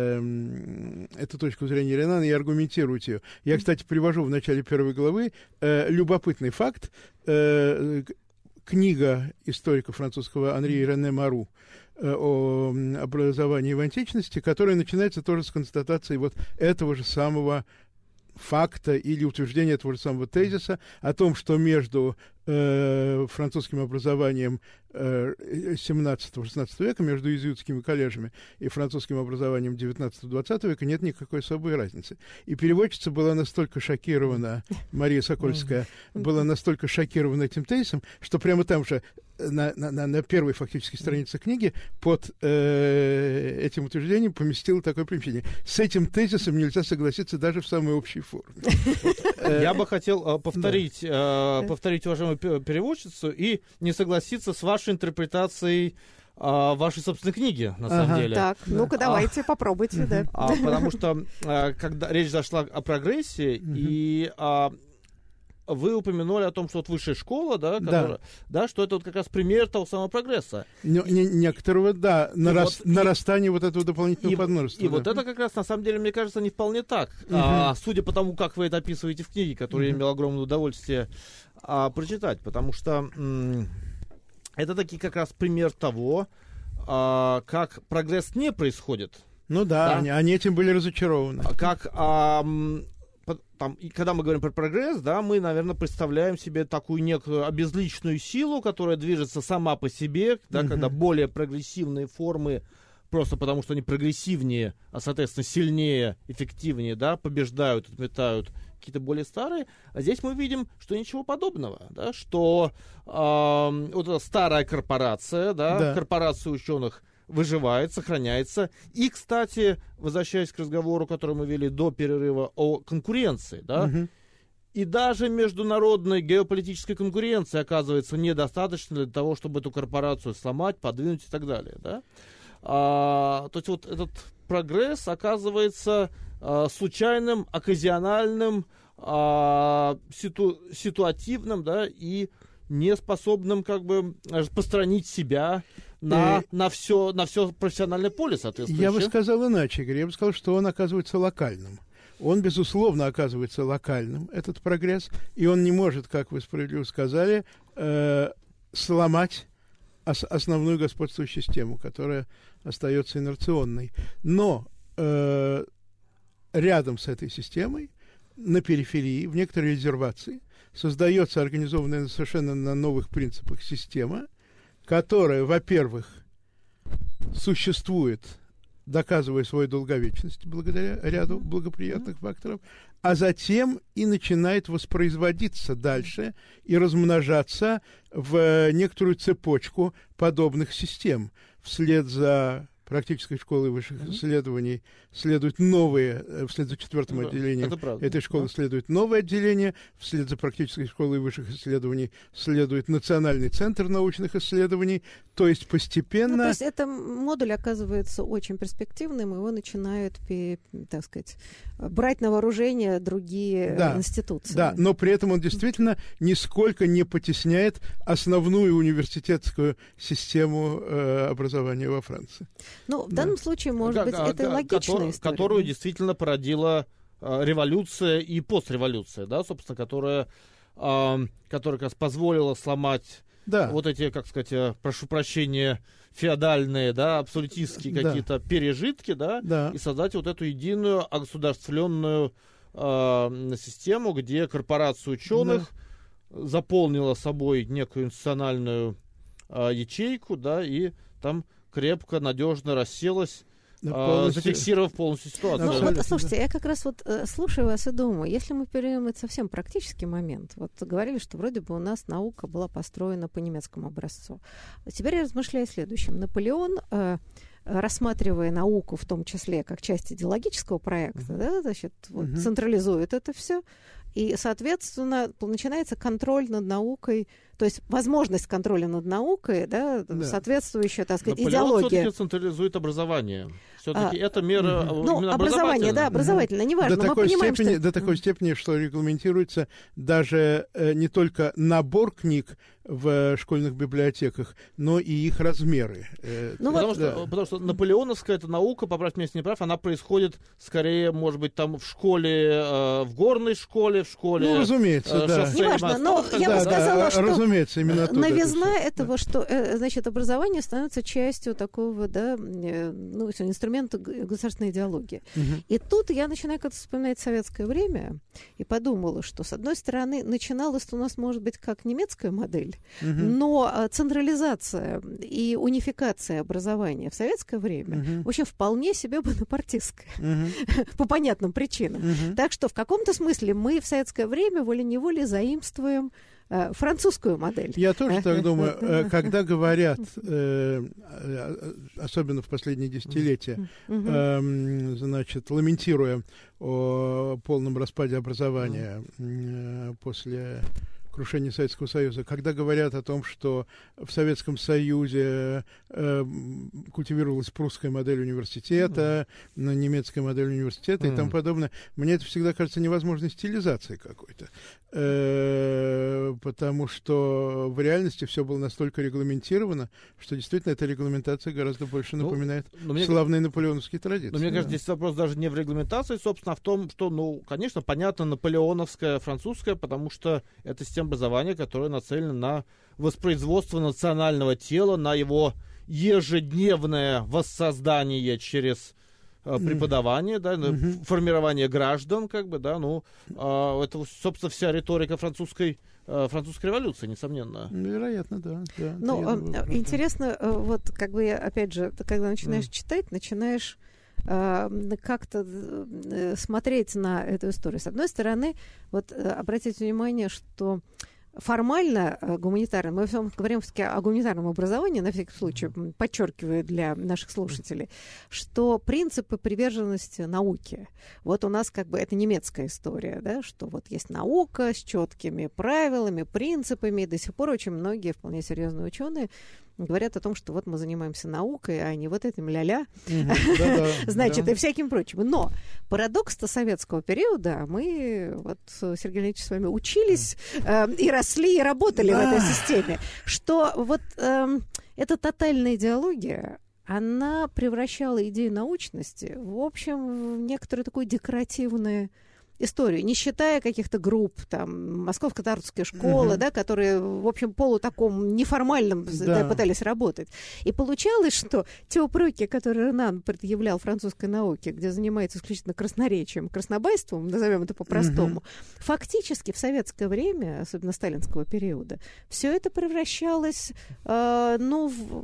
э, эту точку зрения Ренана и аргументировать ее. Я, кстати, привожу в начале первой главы э, любопытный факт. Э, книга историка французского Анри Рене Мару э, о образовании в античности, которая начинается тоже с констатации вот этого же самого факта или утверждения этого же самого тезиса о том, что между э, французским образованием э, семнадцатого-шестнадцатого века, между иезуитскими колледжами и французским образованием девятнадцатого-двадцатого века нет никакой особой разницы. И переводчица была настолько шокирована, Мария Сокольская была настолько шокирована этим тезисом, что прямо там же на, на, на первой фактически странице книги под э, этим утверждением поместила такое примечание. С этим тезисом нельзя согласиться даже в самой общей форме. Я бы хотел повторить, повторить уважаемую переводчицу и не согласиться с вашей интерпретацией а, вашей собственной книги, на самом ага. деле. Так, ну-ка давайте, а, попробуйте, да. А, потому что, а, когда речь зашла о прогрессе, uh-huh. и а, вы упомянули о том, что вот высшая школа, да, которая, да. да, что это вот как раз пример того самого прогресса. Не, не, некоторого, да, нарас, вот, нарастания и, вот этого дополнительного и, подмножества. И да. вот это как раз, на самом деле, мне кажется, не вполне так. Uh-huh. А, судя по тому, как вы это описываете в книге, которую uh-huh. я имел огромное удовольствие а, прочитать, потому что м- это таки как раз пример того, а, как прогресс не происходит. Ну да, да? Они, они этим были разочарованы. Как... А, там, и когда мы говорим про прогресс, да, мы, наверное, представляем себе такую некую обезличенную силу, которая движется сама по себе, да, uh-huh. когда более прогрессивные формы просто потому что они прогрессивнее, а, соответственно, сильнее, эффективнее, да, побеждают, отметают какие-то более старые. А здесь мы видим, что ничего подобного, да, что э, вот эта старая корпорация, да, да. корпорация ученых выживает, сохраняется. И, кстати, возвращаясь к разговору, который мы вели до перерыва о конкуренции, да, угу. и даже международной геополитической конкуренции оказывается недостаточно для того, чтобы эту корпорацию сломать, подвинуть и так далее, да. А, то есть вот этот прогресс оказывается а, случайным, оказиональным, а, ситу, ситуативным, да, и неспособным как бы распространить себя на, на, все, на все профессиональное поле, соответственно. Я бы сказал иначе, Игорь. Я бы сказал, что он оказывается локальным. Он, безусловно, оказывается локальным, этот прогресс, и он не может, как вы справедливо сказали, э, сломать ос- основную господствующую систему, которая остается инерционной. Но э, рядом с этой системой, на периферии, в некоторой резервации, создается организованная совершенно на новых принципах система, которая, во-первых, существует, доказывая свою долговечность благодаря ряду благоприятных факторов, а затем и начинает воспроизводиться дальше и размножаться в некоторую цепочку подобных систем. Вслед за практической школой высших mm-hmm. исследований следуют новые, вслед за четвертым да, отделением этой школы да. следует новое отделение, вслед за практической школой высших исследований следует Национальный центр научных исследований, то есть постепенно... Ну, то есть это модуль оказывается очень перспективным, его начинают, так сказать, брать на вооружение другие да, институции. Да, но при этом он действительно нисколько не потесняет основную университетскую систему э, образования во Франции. Ну, в данном да. случае, может быть, это ко- логичная ко- история. Которую действительно породила э, революция и постреволюция, да, собственно, которая, э, которая как раз позволила сломать да. вот эти, как сказать, э, прошу прощения, феодальные, да, абсолютистские да. какие-то пережитки, да, да, и создать вот эту единую огосударствленную э, систему, где корпорация ученых да. заполнила собой некую институциональную э, ячейку, да, и там крепко, надежно расселась, да, полностью, зафиксировав полностью ситуацию. Ну, вот, слушайте, я как раз вот э, слушаю вас и думаю, если мы перейдем это совсем практический момент, вот говорили, что вроде бы у нас наука была построена по немецкому образцу. Теперь я размышляю о следующем. Наполеон, э, рассматривая науку, в том числе как часть идеологического проекта, mm-hmm. да, значит, вот, mm-hmm. централизует это все, и, соответственно, начинается контроль над наукой, то есть возможность контроля над наукой, да, да. соответствующая, так сказать, Наполеон идеология. все-таки централизует образование. Все-таки а, это мера угу. ну, именно образование, да, образовательное, неважно. До мы такой, понимаем, степени, что... до такой степени, что регламентируется даже э, не только набор книг в школьных библиотеках, но и их размеры. Э, ну, потому, вот, что, да. потому что наполеоновская эта наука, поправь меня, если не прав, она происходит скорее, может быть, там в школе, э, в горной школе, в школе... Ну, разумеется, э, да. Неважно, но я да, бы сказала, да, что разумеется, именно новизна это этого, да. что, э, значит, образование становится частью такого, да, э, ну, инструмента государственной идеологии. Угу. И тут я начинаю как-то вспоминать советское время и подумала, что, с одной стороны, начиналось у нас, может быть, как немецкая модель, угу. но централизация и унификация образования в советское время, угу. в общем, вполне себе бонапартистская, угу. по понятным причинам. Угу. Так что в каком-то смысле мы в советское время волей-неволей заимствуем э, французскую модель. Я тоже так думаю. Когда говорят, э, особенно в последние десятилетия, э, значит, ламентируя о полном распаде образования э, после крушения Советского Союза, когда говорят о том, что в Советском Союзе э, культивировалась прусская модель университета, mm. немецкая модель университета mm. и тому подобное, мне это всегда кажется невозможной стилизацией какой-то. Э, потому что в реальности все было настолько регламентировано, что действительно эта регламентация гораздо больше напоминает ну, славные мне, наполеоновские традиции. Но мне да. кажется, здесь вопрос даже не в регламентации, собственно, а в том, что, ну, конечно, понятно, наполеоновская, французская, потому что это система образования, которое нацелено на воспроизводство национального тела, на его ежедневное воссоздание через э, преподавание, да, mm-hmm. формирование граждан, как бы, да, ну, э, это, собственно, вся риторика французской французской революции, несомненно. Вероятно, да. да ну, думаю, интересно, вот как бы, опять же, когда начинаешь mm. читать, начинаешь как-то смотреть на эту историю. С одной стороны, вот обратите внимание, что формально гуманитарно, мы говорим все-таки о гуманитарном образовании, на всякий случай, подчеркиваю для наших слушателей, что принципы приверженности науке, вот у нас как бы это немецкая история, да, что вот есть наука с четкими правилами, принципами, и до сих пор очень многие вполне серьезные ученые говорят о том, что вот мы занимаемся наукой, а не вот этим ля-ля, значит, и всяким прочим. Но парадокс-то советского периода, мы, вот, Сергей Леонидович, с вами учились и росли, и работали в этой системе, что вот эта тотальная идеология, она превращала идею научности, в общем, в некоторую такую декоративную историю, не считая каких-то групп, там, Московская Тарутская школа, uh-huh. да, которые, в общем, полу таком неформальном да. Да, пытались работать. И получалось, что те упреки, которые Ренан предъявлял французской науке, где занимается исключительно красноречием, краснобайством, назовем это по-простому, uh-huh. фактически в советское время, особенно сталинского периода, все это превращалось, э, ну,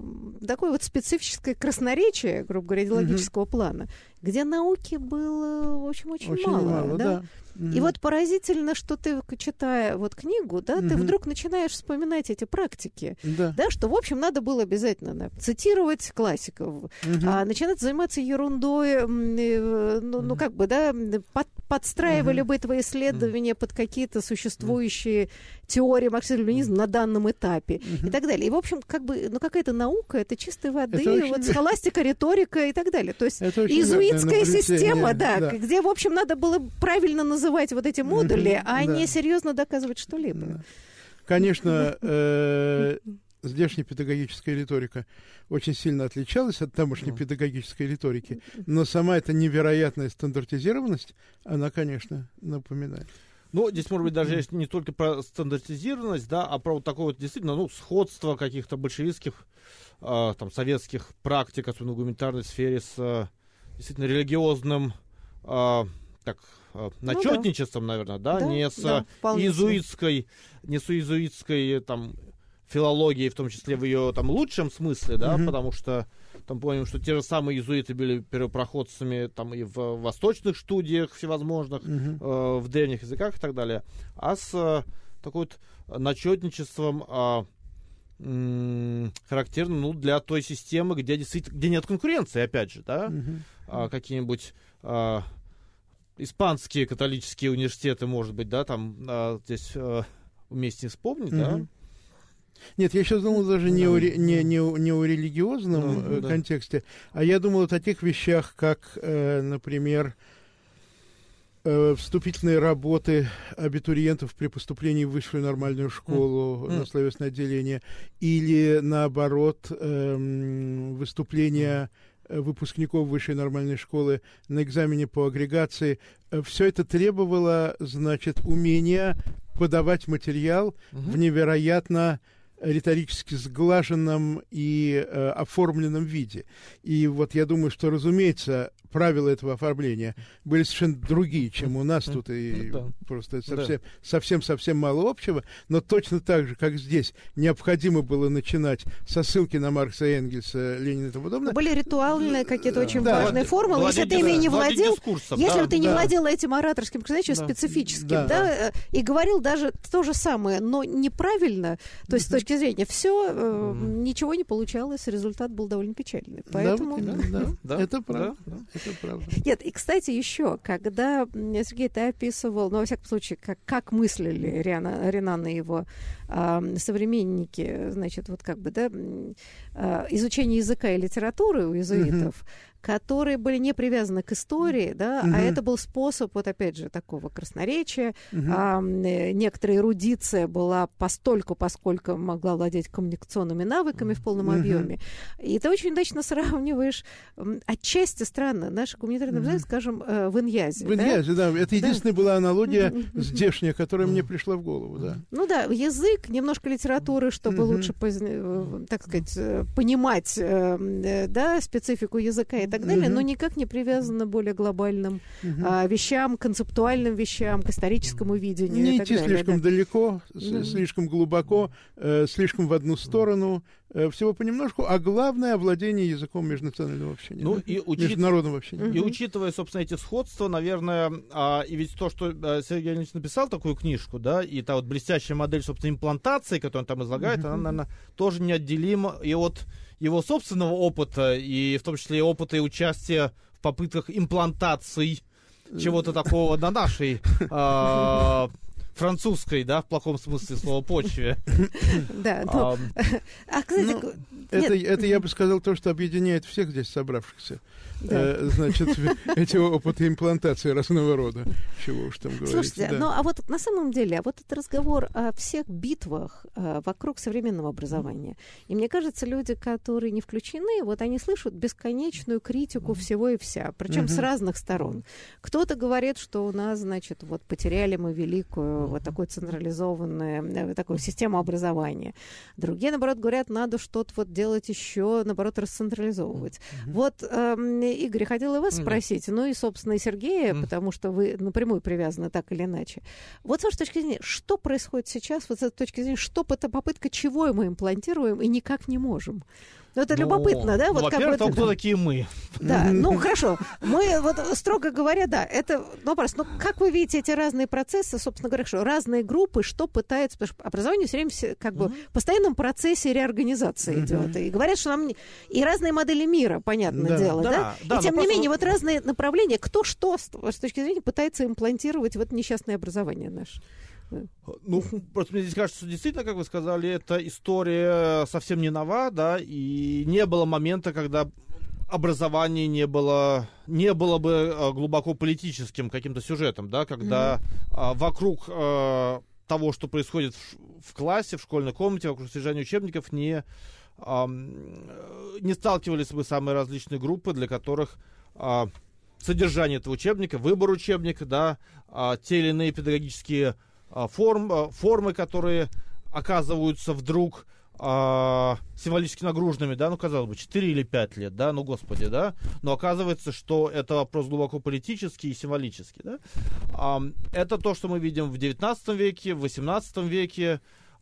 в такое вот специфическое красноречие, грубо говоря, идеологического uh-huh. плана, где науки было, в общем, очень, очень мало. мало да? Да. Mm-hmm. И вот поразительно, что ты, читая вот книгу, да, mm-hmm. ты вдруг начинаешь вспоминать эти практики, да. Да, что, в общем, надо было обязательно да, цитировать классиков, mm-hmm. а, начинать заниматься ерундой, ну, ну как бы, да, под, подстраивали mm-hmm. бы твои исследования mm-hmm. под какие-то существующие mm-hmm. теории марксизма-ленинизма на данном этапе mm-hmm. и так далее. И, в общем, как бы, ну, какая-то наука, это чистой воды, это вот очень... схоластика, риторика и так далее. То есть иезуитская система, да, да, где, в общем, надо было правильно называть вот эти модули, mm-hmm, а да. не серьезно доказывать что-либо. Конечно, э, здешняя педагогическая риторика очень сильно отличалась от тамошней mm-hmm. педагогической риторики, но сама эта невероятная стандартизированность, она, конечно, напоминает. Ну, здесь, может быть, даже mm-hmm. не только про стандартизированность, да, а про вот такое вот действительно, ну, сходство каких-то большевистских, э, там, советских практик, особенно в гуманитарной сфере, с э, действительно религиозным, э, так, начетничеством, ну, да. наверное, да, да не с да, иезуитской, не с иезуитской там филологией, в том числе в ее там лучшем смысле, да, mm-hmm. потому что там помним, что те же самые иезуиты были первопроходцами там и в восточных студиях всевозможных, mm-hmm. э, в древних языках и так далее, а с э, такой вот начетничеством э, м- характерным, ну, для той системы, где действительно, где нет конкуренции, опять же, да, mm-hmm. э, какие-нибудь э, испанские католические университеты, может быть, да, там а, здесь а, вместе вспомнить, mm-hmm. да? Нет, я сейчас думал даже не, о, не, не, не о религиозном mm-hmm. э, контексте, а я думал о таких вещах, как, э, например, э, вступительные работы абитуриентов при поступлении в высшую нормальную школу mm-hmm. на словесное отделение, или, наоборот, э, выступления mm-hmm. выпускников высшей нормальной школы на экзамене по агрегации. Все это требовало, значит, умения подавать материал угу. в невероятно риторически сглаженном и э, оформленном виде. И вот я думаю, что, разумеется, правила этого оформления были совершенно другие, чем у нас тут, и да. просто совсем, да. совсем-совсем мало общего, но точно так же, как здесь, необходимо было начинать со ссылки на Маркса и Энгельса, Ленина и тому подобное. Были ритуальные какие-то очень да. важные да. формулы. Владеть, если ты ими не владел, если да. ты не да. владел этим ораторским, знаете, да. специфическим, да. Да, и говорил даже то же самое, но неправильно, то есть с точки зрения все, э, ничего не получалось, результат был довольно печальный. Поэтому... Да, да, да. Это правда. Да. Это правда. Нет, и, кстати, еще, когда, Сергей, ты описывал, ну, во всяком случае, как, как мыслили Ренан, Ренан и его э, современники, значит, вот как бы, да, э, изучение языка и литературы у иезуитов, mm-hmm. которые были не привязаны к истории, да, mm-hmm. а это был способ, вот опять же, такого красноречия. Mm-hmm. А, некоторая эрудиция была постольку, поскольку могла владеть коммуникационными навыками в полном mm-hmm. объеме. И ты очень удачно сравниваешь, отчасти странно, наше гуманитарное образование, mm-hmm. скажем, в Иньязе. В Иньязе, да. да. Это единственная да. была аналогия mm-hmm. здешняя, которая mm-hmm. мне пришла в голову, да. Ну да, язык, немножко литературы, чтобы mm-hmm. лучше, так сказать, понимать, да, специфику языка и так так далее, угу. но никак не привязано к более глобальным угу. а, вещам, концептуальным вещам, к историческому видению. Не и так идти далее, слишком да. далеко, Да. слишком глубоко, э, слишком в одну сторону, э, всего понемножку, а главное — овладение языком межнационального общения, ну, да? и учит... международного общения. И учитывая, собственно, эти сходства, наверное, а, и ведь то, что а, Сергей Леонидович написал такую книжку, да, и та вот блестящая модель, собственно, имплантации, которую он там излагает, uh-huh. она, наверное, тоже неотделима и от его собственного опыта, и в том числе и опыта и участия в попытках имплантаций чего-то такого на нашей а, французской, да, в плохом смысле слова, почве. Да, но... А, кстати... Это, это, я бы сказал, то, что объединяет всех здесь собравшихся. Да. Э, значит, эти опыты имплантации разного рода. Чего уж там говорить. Слушайте, да. ну а вот на самом деле, а вот этот разговор о всех битвах а, вокруг современного образования. И мне кажется, люди, которые не включены, вот они слышат бесконечную критику всего и вся, причем mm-hmm. с разных сторон. Кто-то говорит, что у нас, значит, вот потеряли мы великую вот такую централизованную такую систему образования. Другие, наоборот, говорят, надо что-то вот делать еще, наоборот, расцентрализовывать. Mm-hmm. Вот, э, Игорь, хотела вас mm-hmm. спросить, ну и, собственно, и Сергея, mm-hmm. потому что вы напрямую привязаны так или иначе. Вот с вашей точки зрения, что происходит сейчас, вот с этой точки зрения, что это попытка, чего мы имплантируем и никак не можем? Ну, это ну, любопытно, да? Ну, вот во-первых, как бы, кто такие мы? Да, ну, хорошо. Мы, вот, строго говоря, да, это вопрос. Но как вы видите эти разные процессы, собственно говоря, что разные группы, что пытаются... Потому что образование все время как бы в постоянном процессе реорганизации идет. И говорят, что нам... И разные модели мира, понятное да, дело, да? да? да и тем не просто... менее, вот разные направления, кто что, с точки зрения, пытается имплантировать в это несчастное образование наше. Ну, просто мне здесь кажется, что действительно, как вы сказали, эта история совсем не нова, да, и не было момента, когда образование не было, не было бы глубоко политическим каким-то сюжетом, да, когда mm-hmm. вокруг э, того, что происходит в, в классе, в школьной комнате, вокруг содержания учебников, не, э, не сталкивались бы самые различные группы, для которых э, содержание этого учебника, выбор учебника, да, э, те или иные педагогические Форм, формы, которые оказываются вдруг а, символически нагруженными, да, ну, казалось бы, четыре или пять лет, да, ну, господи, да, но оказывается, что это вопрос глубоко политический и символический, да. А, это то, что мы видим в девятнадцатом веке, в восемнадцатом веке,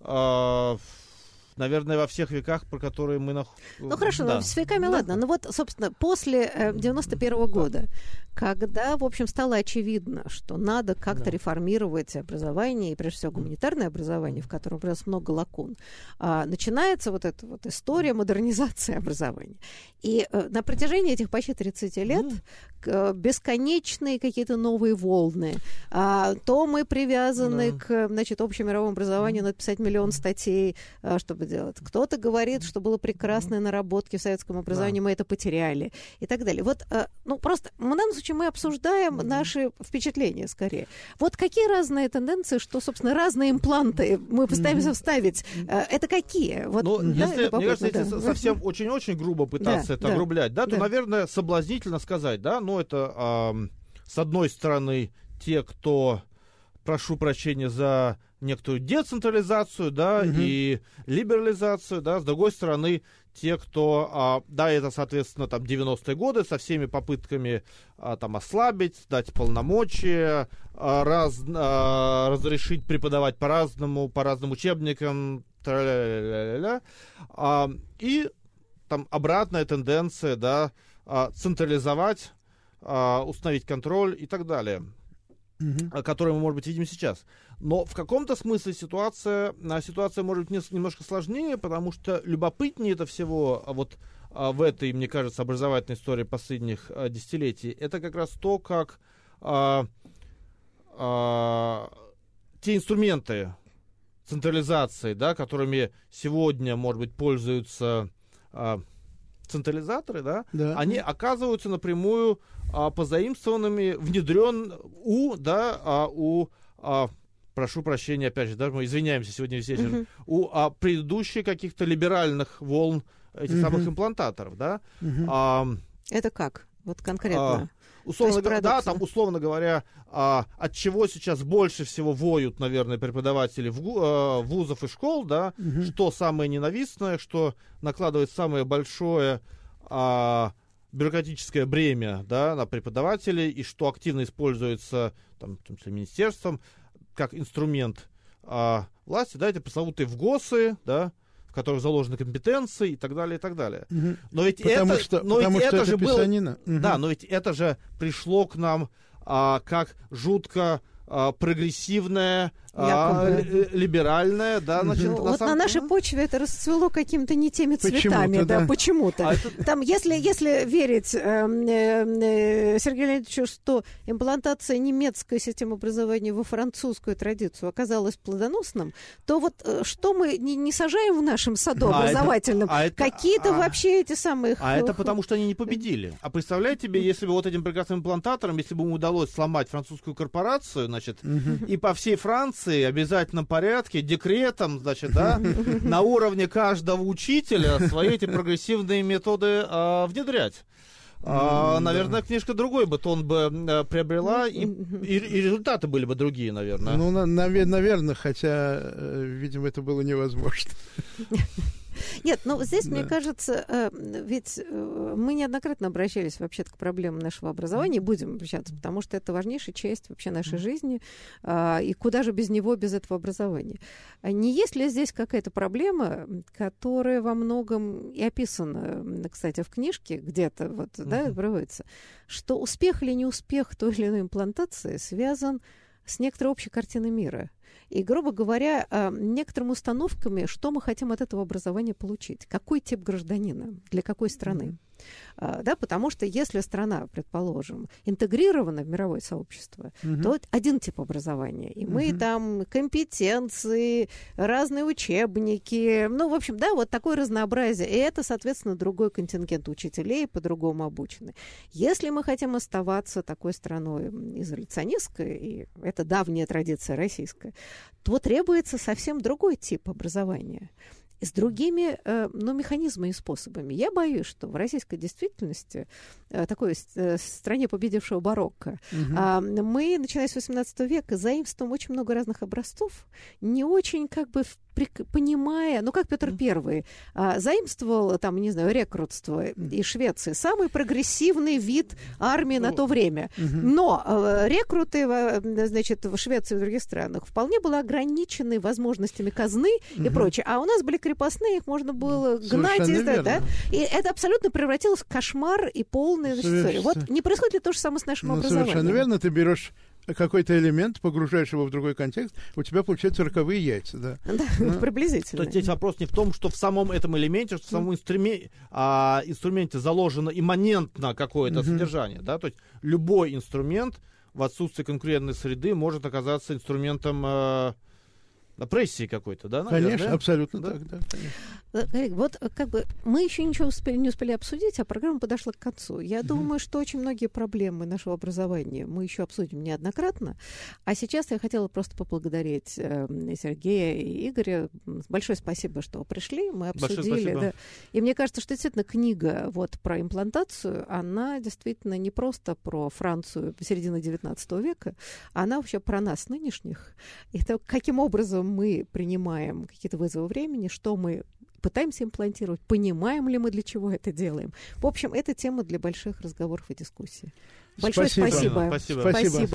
а, наверное, во всех веках, про которые мы... Нах... Ну, хорошо, да. ну, с веками, да. ладно. Ну, вот, собственно, после э, девяносто первого года, когда, в общем, стало очевидно, что надо как-то да. реформировать образование, и, прежде всего, гуманитарное образование, в котором как раз много лакун, а, начинается вот эта вот история модернизации образования. И э, на протяжении этих почти тридцати лет mm. к, бесконечные какие-то новые волны. А, то мы привязаны yeah. к, значит, общемировому образованию, надо писать миллион статей, а, чтобы делать. Кто-то говорит, что было прекрасные наработки в советском образовании, да. мы это потеряли и так далее. Вот, э, ну, просто в данном случае мы обсуждаем mm-hmm. наши впечатления скорее. Вот какие разные тенденции, что, собственно, разные импланты мы постараемся mm-hmm. вставить, э, это какие? Вот, ну, да, если, мне кажется, да. если совсем очень-очень грубо пытаться да, это да, огрублять, да, то, да. наверное, соблазнительно сказать, да, ну, это, э, с одной стороны, те, кто, прошу прощения за некоторую децентрализацию, да, угу. и либерализацию, да, с другой стороны, те, кто, а, да, это, соответственно, там, девяностые годы со всеми попытками а, там ослабить, дать полномочия, а, раз, а, разрешить преподавать по-разному, по разным учебникам, а, и там обратная тенденция, да, а, централизовать, а, установить контроль и так далее. Uh-huh. которые мы, может быть, видим сейчас. Но в каком-то смысле ситуация, ситуация может быть немножко сложнее, потому что любопытнее это всего вот в этой, мне кажется, образовательной истории последних десятилетий, это как раз то, как а, а, те инструменты централизации, да, которыми сегодня, может быть, пользуются а, централизаторы, да, да, они оказываются напрямую а, позаимствованными, внедрен у, да, а, у, а, прошу прощения, опять же, да, мы извиняемся сегодня весь вечер, uh-huh. у а, предыдущих каких-то либеральных волн этих uh-huh. самых имплантаторов, да. Uh-huh. А, это как? Вот конкретно? А, условно, говоря, да, там, условно говоря, а, от чего сейчас больше всего воют, наверное, преподаватели в, а, вузов и школ, да, uh-huh. что самое ненавистное, что накладывает самое большое а, бюрократическое бремя, да, на преподавателей, и что активно используется, там, в том числе, министерством, как инструмент а, власти, да, эти пресловутые ВГОСы, да, в которых заложены компетенции и так далее, и так далее. Угу. Но ведь потому это, что, но потому ведь что это, это же писанина. было, угу. да, но ведь это же пришло к нам а, как жутко а, прогрессивное, а, ли, либеральное, да, значит, ну, на вот самом... на нашей почве это расцвело какими-то не теми цветами, почему-то, да, да. почему-то. А это... Там, если, если верить э, э, Сергею Леонидовичу, что имплантация немецкой системы образования во французскую традицию оказалась плодоносным, то вот э, что мы не, не сажаем в нашем саду а образовательном, это, а это, какие-то а, вообще эти самые... А это потому, что они не победили. А представляете себе, если бы вот этим прекрасным имплантаторам, если бы им удалось сломать французскую корпорацию, значит, Угу. и по всей Франции в обязательном порядке, декретом, значит, да, на уровне каждого учителя свои эти прогрессивные методы а, внедрять. А, наверное, книжка другой бы тон бы а, приобрела, и, и, и результаты были бы другие, наверное. Ну, на, наве- наверное, хотя, э, видимо, это было невозможно. Нет, ну здесь, Да. мне кажется, э, ведь э, мы неоднократно обращались вообще-то к проблемам нашего образования, и будем обращаться, потому что это важнейшая часть вообще нашей жизни, э, и куда же без него, без этого образования. А не есть ли здесь какая-то проблема, которая во многом и описана, кстати, в книжке, где-то вот, да, проводится, что успех или неуспех той или иной имплантации связан с некоторой общей картиной мира. И, грубо говоря, некоторыми установками, что мы хотим от этого образования получить. Какой тип гражданина, для какой страны. Mm-hmm. Да, потому что если страна, предположим, интегрирована в мировое сообщество, mm-hmm. то один тип образования. И мы mm-hmm. там компетенции, разные учебники, ну, в общем, да, вот такое разнообразие. И это, соответственно, другой контингент учителей, по-другому обучены. Если мы хотим оставаться такой страной изоляционистской, и это давняя традиция российская, то требуется совсем другой тип образования. С другими э, ну, механизмами и способами. Я боюсь, что в российской действительности, э, такой э, стране победившего барокко, угу. э, мы, начиная с восемнадцатого века, заимствуем очень много разных образцов, не очень как бы при, понимая, ну как Петр Первый э, заимствовал, там, не знаю, рекрутство из Швеции, самый прогрессивный вид армии на то время. Угу. Но э, рекруты, э, значит, в Швеции и в других странах вполне были ограничены возможностями казны угу. и прочее. А у нас были крепостные, их можно было гнать. И, да, да? И это абсолютно превратилось в кошмар и полную историю. Вот не происходит ли то же самое с нашим ну, образованием? Совершенно верно. Ты берешь какой-то элемент, погружаешь его в другой контекст, у тебя получаются роковые яйца. Да, да ну. приблизительно. То есть здесь вопрос не в том, что в самом этом элементе, что в самом инструменте, а, инструменте заложено имманентно какое-то uh-huh. содержание. Да? То есть любой инструмент в отсутствии конкурентной среды может оказаться инструментом а, опрессии какой-то, да? Наверное? Конечно, абсолютно да? так, да, конечно. Вот как бы мы еще ничего успели, не успели обсудить, а программа подошла к концу. Я mm-hmm. думаю, что очень многие проблемы нашего образования мы еще обсудим неоднократно. А сейчас я хотела просто поблагодарить э, Сергея и Игоря. Большое спасибо, что пришли, мы обсудили. Да. И мне кажется, что действительно книга вот, про имплантацию, она действительно не просто про Францию середины девятнадцатого века, она вообще про нас нынешних. И то, каким образом мы принимаем какие-то вызовы времени, что мы пытаемся имплантировать, понимаем ли мы, для чего это делаем. В общем, это тема для больших разговоров и дискуссий. Большое спасибо. Спасибо. Спасибо. спасибо.